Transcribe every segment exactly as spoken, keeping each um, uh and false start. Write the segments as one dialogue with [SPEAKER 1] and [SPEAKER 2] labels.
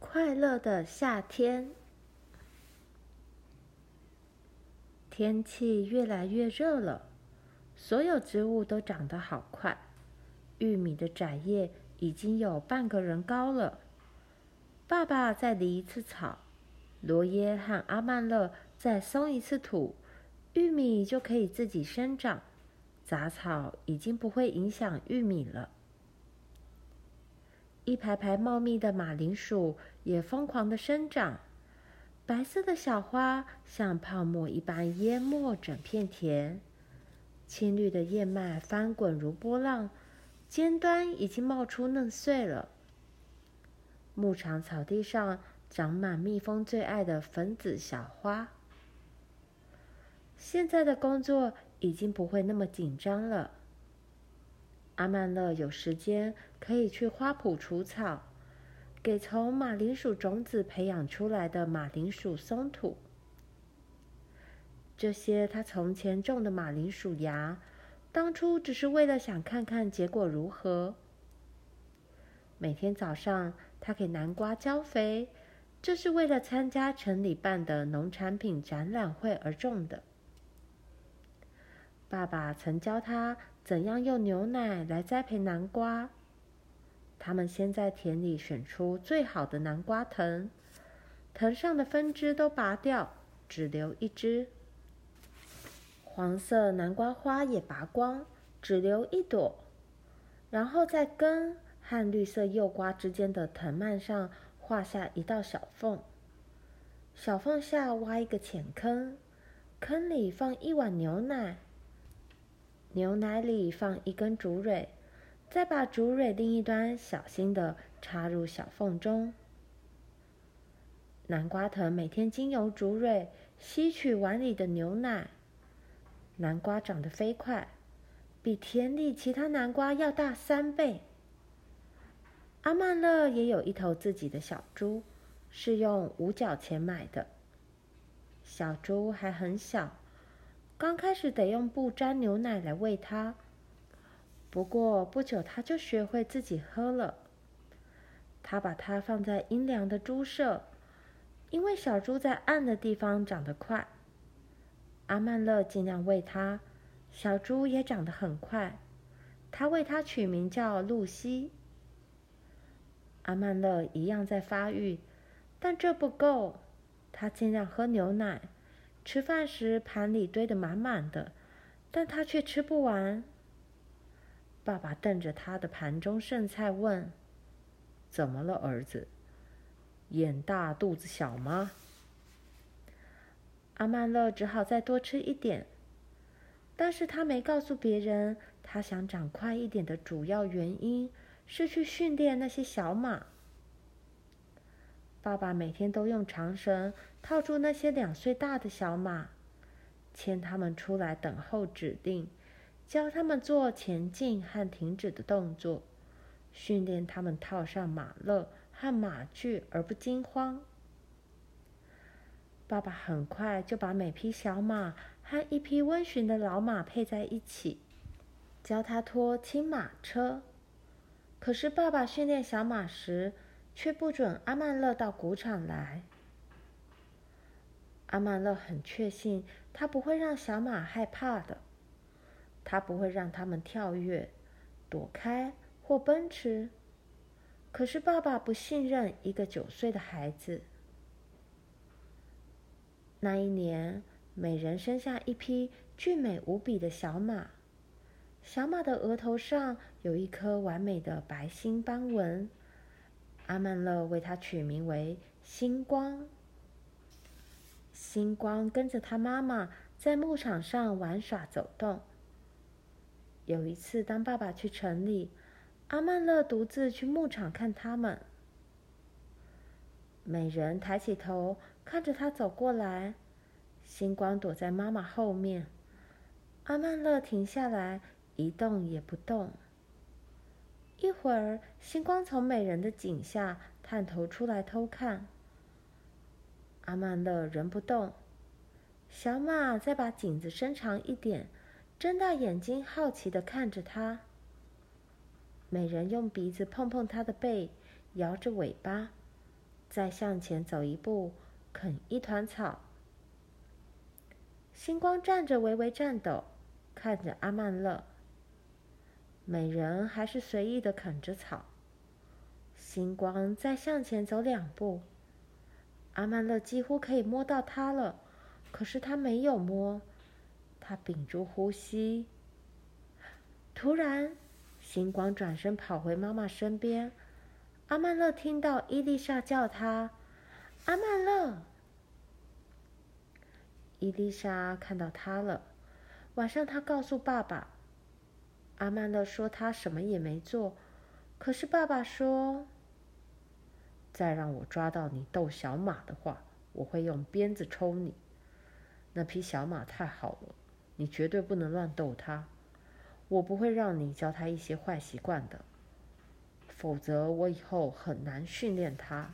[SPEAKER 1] 快乐的夏天。天气越来越热了，所有植物都长得好快。玉米的窄叶已经有半个人高了。爸爸再犁一次草，罗耶和阿曼勒再松一次土，玉米就可以自己生长。杂草已经不会影响玉米了。一排排茂密的马铃薯也疯狂地生长，白色的小花像泡沫一般淹没整片田。青绿的燕麦翻滚如波浪，尖端已经冒出嫩穗了。牧场草地上长满蜜蜂最爱的粉紫小花。现在的工作已经不会那么紧张了。阿曼勒有时间可以去花圃除草，给从马铃薯种子培养出来的马铃薯松土。这些他从前种的马铃薯芽，当初只是为了想看看结果如何。每天早上，他给南瓜浇肥，这是为了参加城里办的农产品展览会而种的。爸爸曾教他怎样用牛奶来栽培南瓜。他们先在田里选出最好的南瓜藤，藤上的分支都拔掉，只留一枝。黄色南瓜花也拔光，只留一朵。然后在根和绿色柚瓜之间的藤蔓上画下一道小缝，小缝下挖一个浅坑，坑里放一碗牛奶，牛奶里放一根竹苇，再把竹苇另一端小心地插入小缝中。南瓜藤每天经由竹苇吸取碗里的牛奶。南瓜长得飞快，比田里其他南瓜要大三倍。阿曼勒也有一头自己的小猪，是用五角钱买的。小猪还很小，刚开始得用布沾牛奶来喂它，不过不久它就学会自己喝了。他把它放在阴凉的猪舍，因为小猪在暗的地方长得快。阿曼勒尽量喂它，小猪也长得很快。他为它取名叫露西。阿曼勒一样在发育，但这不够。他尽量喝牛奶，吃饭时盘里堆得满满的，但他却吃不完。爸爸瞪着他的盘中剩菜问：“怎么了，儿子？眼大肚子小吗？”阿曼勒只好再多吃一点，但是他没告诉别人，他想长快一点的主要原因是去训练那些小马。爸爸每天都用长绳套住那些两岁大的小马，牵他们出来等候指令，教他们做前进和停止的动作，训练他们套上马勒和马具而不惊慌。爸爸很快就把每匹小马和一匹温驯的老马配在一起，教他拖轻马车。可是爸爸训练小马时，却不准阿曼勒到谷场来。阿曼勒很确信，他不会让小马害怕的，他不会让他们跳跃、躲开或奔驰。可是爸爸不信任一个九岁的孩子。那一年，每人生下一匹俊美无比的小马。小马的额头上有一颗完美的白星斑纹。阿曼勒为它取名为星光。星光跟着他妈妈在牧场上玩耍走动。有一次，当爸爸去城里，阿曼勒独自去牧场看他们。每人抬起头看着他走过来，星光躲在妈妈后面。阿曼勒停下来，一动也不动。一会儿，星光从美人的颈下探头出来偷看。阿曼勒仍不动。小马再把颈子伸长一点，睁大眼睛好奇地看着他。美人用鼻子碰碰他的背，摇着尾巴。 再向前走一步，啃一团草。星光站着微微颤抖，看着阿曼勒。美人还是随意的啃着草。星光再向前走两步，阿曼勒几乎可以摸到他了，可是他没有摸，他屏住呼吸。突然，星光转身跑回妈妈身边。阿曼勒听到伊丽莎叫他：“阿曼勒！”伊丽莎看到他了。晚上，她告诉爸爸，阿曼勒说他什么也没做，可是爸爸说：“再让我抓到你逗小马的话，我会用鞭子抽你。那匹小马太好了，你绝对不能乱逗它。我不会让你教它一些坏习惯的，否则我以后很难训练它。”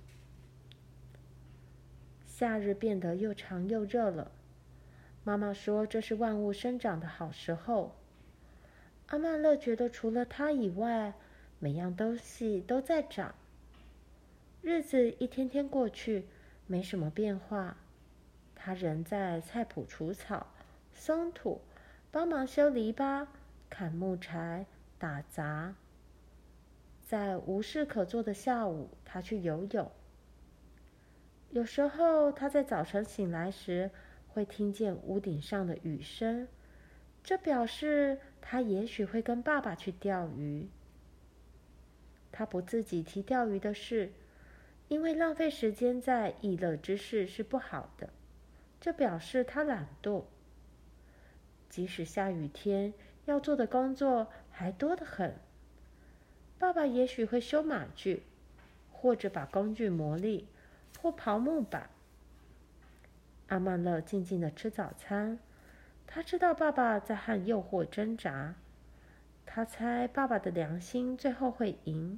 [SPEAKER 1] 夏日变得又长又热了。妈妈说这是万物生长的好时候。阿曼勒觉得除了他以外，每样东西都在长。日子一天天过去，没什么变化。他仍在菜圃除草、松土，帮忙修篱笆、砍木柴、打杂。在无事可做的下午，他去游泳。有时候他在早晨醒来时，会听见屋顶上的雨声，这表示他也许会跟爸爸去钓鱼。他不自己提钓鱼的事，因为浪费时间在逸乐之事是不好的，这表示他懒惰。即使下雨天，要做的工作还多得很。爸爸也许会修马具，或者把工具磨砺，或刨木板。阿曼勒静静地吃早餐，他知道爸爸在和诱惑挣扎，他猜爸爸的良心最后会赢。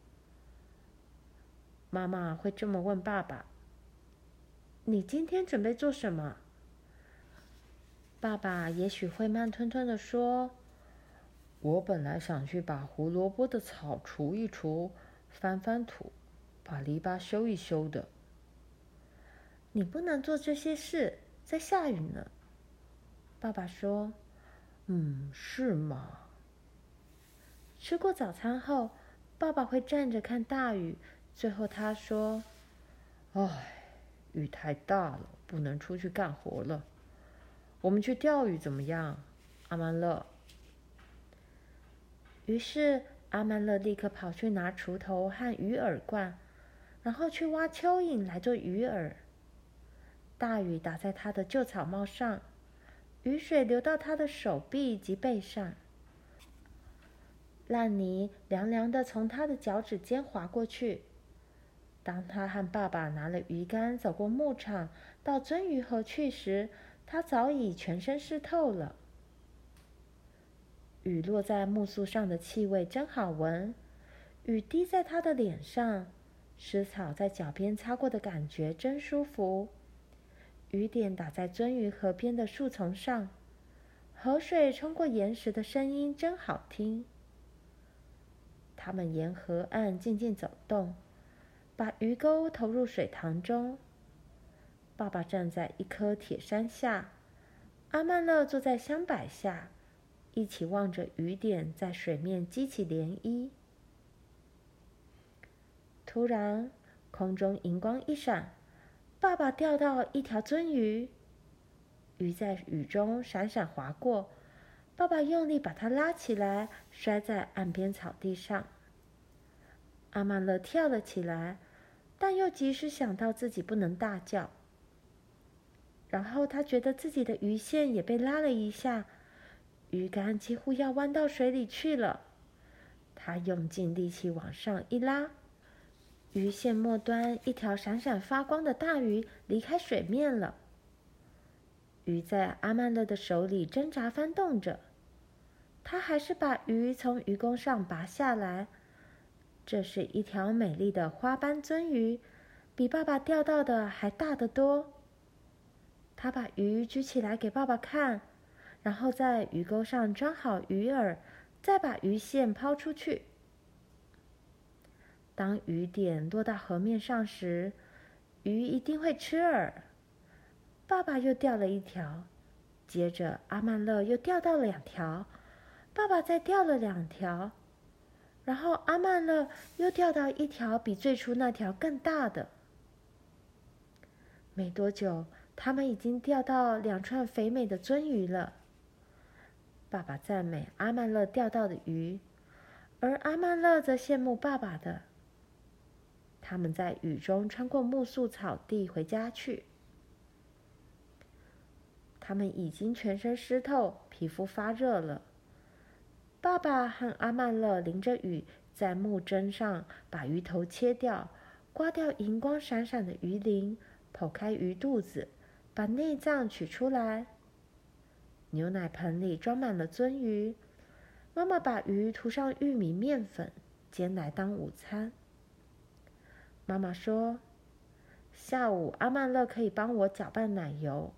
[SPEAKER 1] 妈妈会这么问爸爸：“你今天准备做什么？”爸爸也许会慢吞吞地说：“我本来想去把胡萝卜的草除一除，翻翻土，把篱笆修一修的。”“你不能做这些事，在下雨呢。”爸爸说。“嗯，是吗？”吃过早餐后，爸爸会站着看大雨，最后他说：“唉，雨太大了，不能出去干活了。我们去钓鱼怎么样，阿曼勒？”于是阿曼勒立刻跑去拿锄头和鱼饵罐，然后去挖蚯蚓来做鱼饵。大雨打在他的旧草帽上，雨水流到他的手臂及背上，烂泥凉凉的从他的脚趾间滑过去。当他和爸爸拿了鱼竿走过牧场到鳟鱼河去时，他早已全身湿透了。雨落在木树上的气味真好闻，雨滴在他的脸上，湿草在脚边擦过的感觉真舒服。雨点打在鳟鱼河边的树丛上，河水冲过岩石的声音真好听。他们沿河岸静静走动，把鱼钩投入水塘中。爸爸站在一棵铁杉下，阿曼勒坐在香柏下，一起望着雨点在水面激起涟漪。突然，空中银光一闪，爸爸钓到一条鳟鱼，鱼在雨中闪闪划过，爸爸用力把它拉起来，摔在岸边草地上。阿曼勒跳了起来，但又及时想到自己不能大叫。然后他觉得自己的鱼线也被拉了一下，鱼竿几乎要弯到水里去了。他用尽力气往上一拉，鱼线末端一条闪闪发光的大鱼离开水面了。鱼在阿曼勒的手里挣扎翻动着，他还是把鱼从鱼钩上拔下来。这是一条美丽的花斑鳟鱼，比爸爸钓到的还大得多。他把鱼举起来给爸爸看，然后在鱼钩上装好鱼饵，再把鱼线抛出去。 当雨点落到河面上时，鱼一定会吃饵。爸爸又钓了一条，接着阿曼勒又钓到两条，爸爸再钓了两条，然后阿曼勒又钓到一条比最初那条更大的。没多久，他们已经钓到两串肥美的鳟鱼了。爸爸赞美阿曼勒钓到的鱼，而阿曼勒则羡慕爸爸的。他们在雨中穿过木树草地回家去。他们已经全身湿透，皮肤发热了。爸爸和阿曼勒淋着雨，在木针上把鱼头切掉，刮掉银光闪闪的鱼鳞，剖开鱼肚子，把内脏取出来。牛奶盆里装满了鳟鱼，妈妈把鱼涂上玉米面粉，煎来当午餐。妈妈说，下午阿曼勒可以帮我搅拌奶油。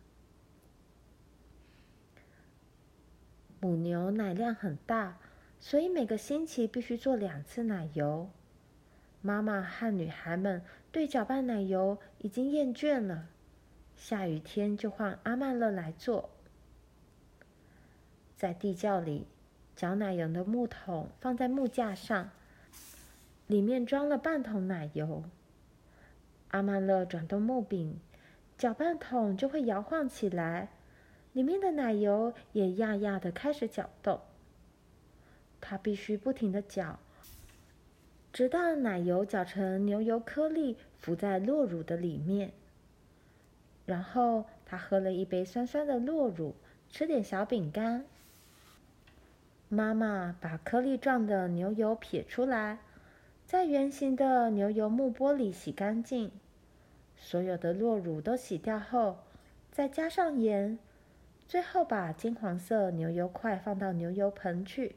[SPEAKER 1] 母牛奶量很大，所以每个星期必须做两次奶油。妈妈和女孩们对搅拌奶油已经厌倦了，下雨天就换阿曼勒来做。在地窖里，搅奶油的木桶放在木架上，里面装了半桶奶油。阿曼勒转动木柄，搅拌桶就会摇晃起来，里面的奶油也呀呀地开始搅动。他必须不停地搅，直到奶油搅成牛油颗粒，浮在酪乳的里面。然后他喝了一杯酸酸的酪乳，吃点小饼干。妈妈把颗粒状的牛油撇出来，在圆形的牛油木钵里洗干净。所有的酪乳都洗掉后，再加上盐，最后把金黄色牛油块放到牛油盆去。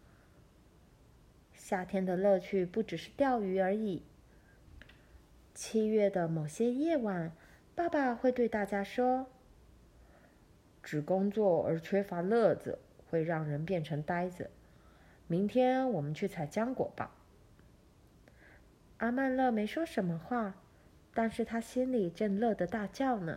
[SPEAKER 1] 夏天的乐趣不只是钓鱼而已。七月的某些夜晚，爸爸会对大家说：“只工作而缺乏乐子，会让人变成呆子。明天我们去采浆果吧。”阿曼勒没说什么话，但是他心里正乐得大叫呢。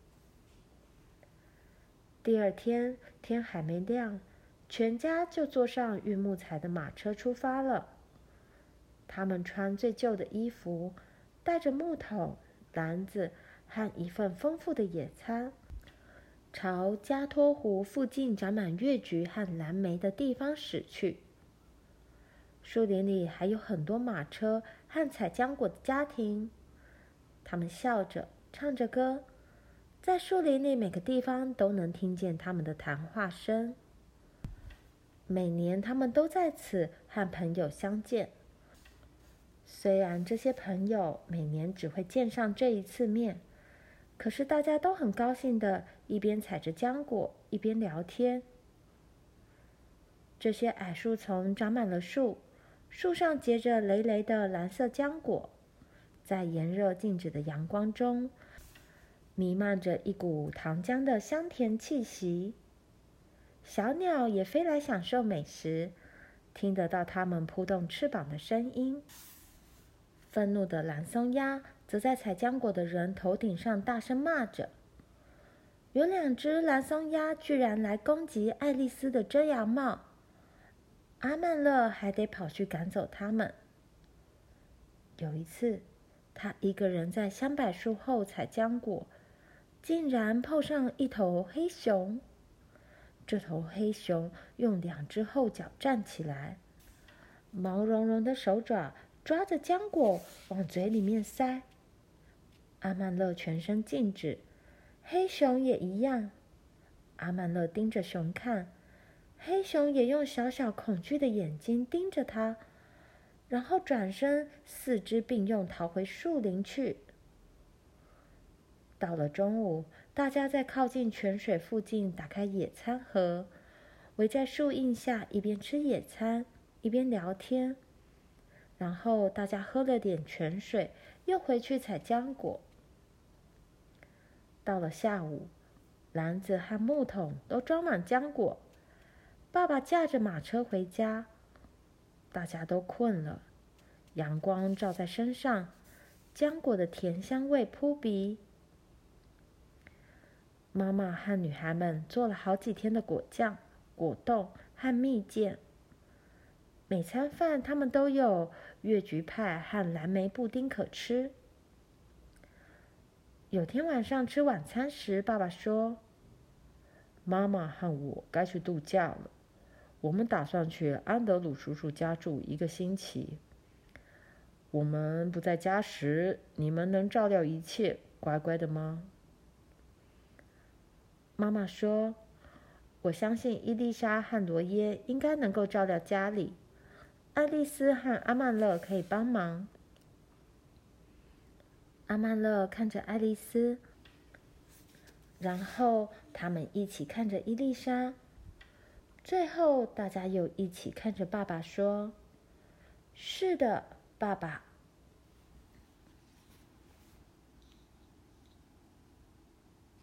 [SPEAKER 1] 第二天天还没亮，全家就坐上运木材的马车出发了。他们穿最旧的衣服，带着木桶、篮子和一份丰富的野餐，朝加托湖附近长满月菊和蓝莓的地方驶去。树林里还有很多马车和采浆果的家庭，他们笑着，唱着歌，在树林里每个地方都能听见他们的谈话声。每年他们都在此和朋友相见，虽然这些朋友每年只会见上这一次面，可是大家都很高兴的一边采着浆果，一边聊天。这些矮树丛长满了树，树上结着累累的蓝色浆果，在炎热静止的阳光中，弥漫着一股糖浆的香甜气息。小鸟也飞来享受美食，听得到它们扑动翅膀的声音。愤怒的蓝松鸦则在采浆果的人头顶上大声骂着。有两只蓝松鸦居然来攻击爱丽丝的遮阳帽，阿曼勒还得跑去赶走它们。有一次，他一个人在香柏树后采浆果，竟然碰上一头黑熊。这头黑熊用两只后脚站起来，毛茸茸的手爪抓着浆果往嘴里面塞。阿曼勒全身静止，黑熊也一样。阿曼勒盯着熊看，黑熊也用小小恐惧的眼睛盯着他，然后转身四肢并用逃回树林去。到了中午，大家在靠近泉水附近打开野餐盒，围在树荫下一边吃野餐一边聊天。然后大家喝了点泉水，又回去采浆果。到了下午，篮子和木桶都装满浆果，爸爸驾着马车回家。大家都困了， 阳光照在身上，浆果的甜香味扑鼻。妈妈和女孩们做了好几天的果酱、果冻和蜜饯。每餐饭他们都有越橘派和蓝莓布丁可吃。有天晚上吃晚餐时，爸爸说：“妈妈和我该去度假了。我们打算去安德鲁叔叔家住一个星期。我们不在家时，你们能照料一切，乖乖的吗？”妈妈说：“我相信伊丽莎和罗耶应该能够照料家里。爱丽丝和阿曼勒可以帮忙。”阿曼勒看着爱丽丝，然后他们一起看着伊丽莎，最后大家又一起看着爸爸说：“是的，爸爸，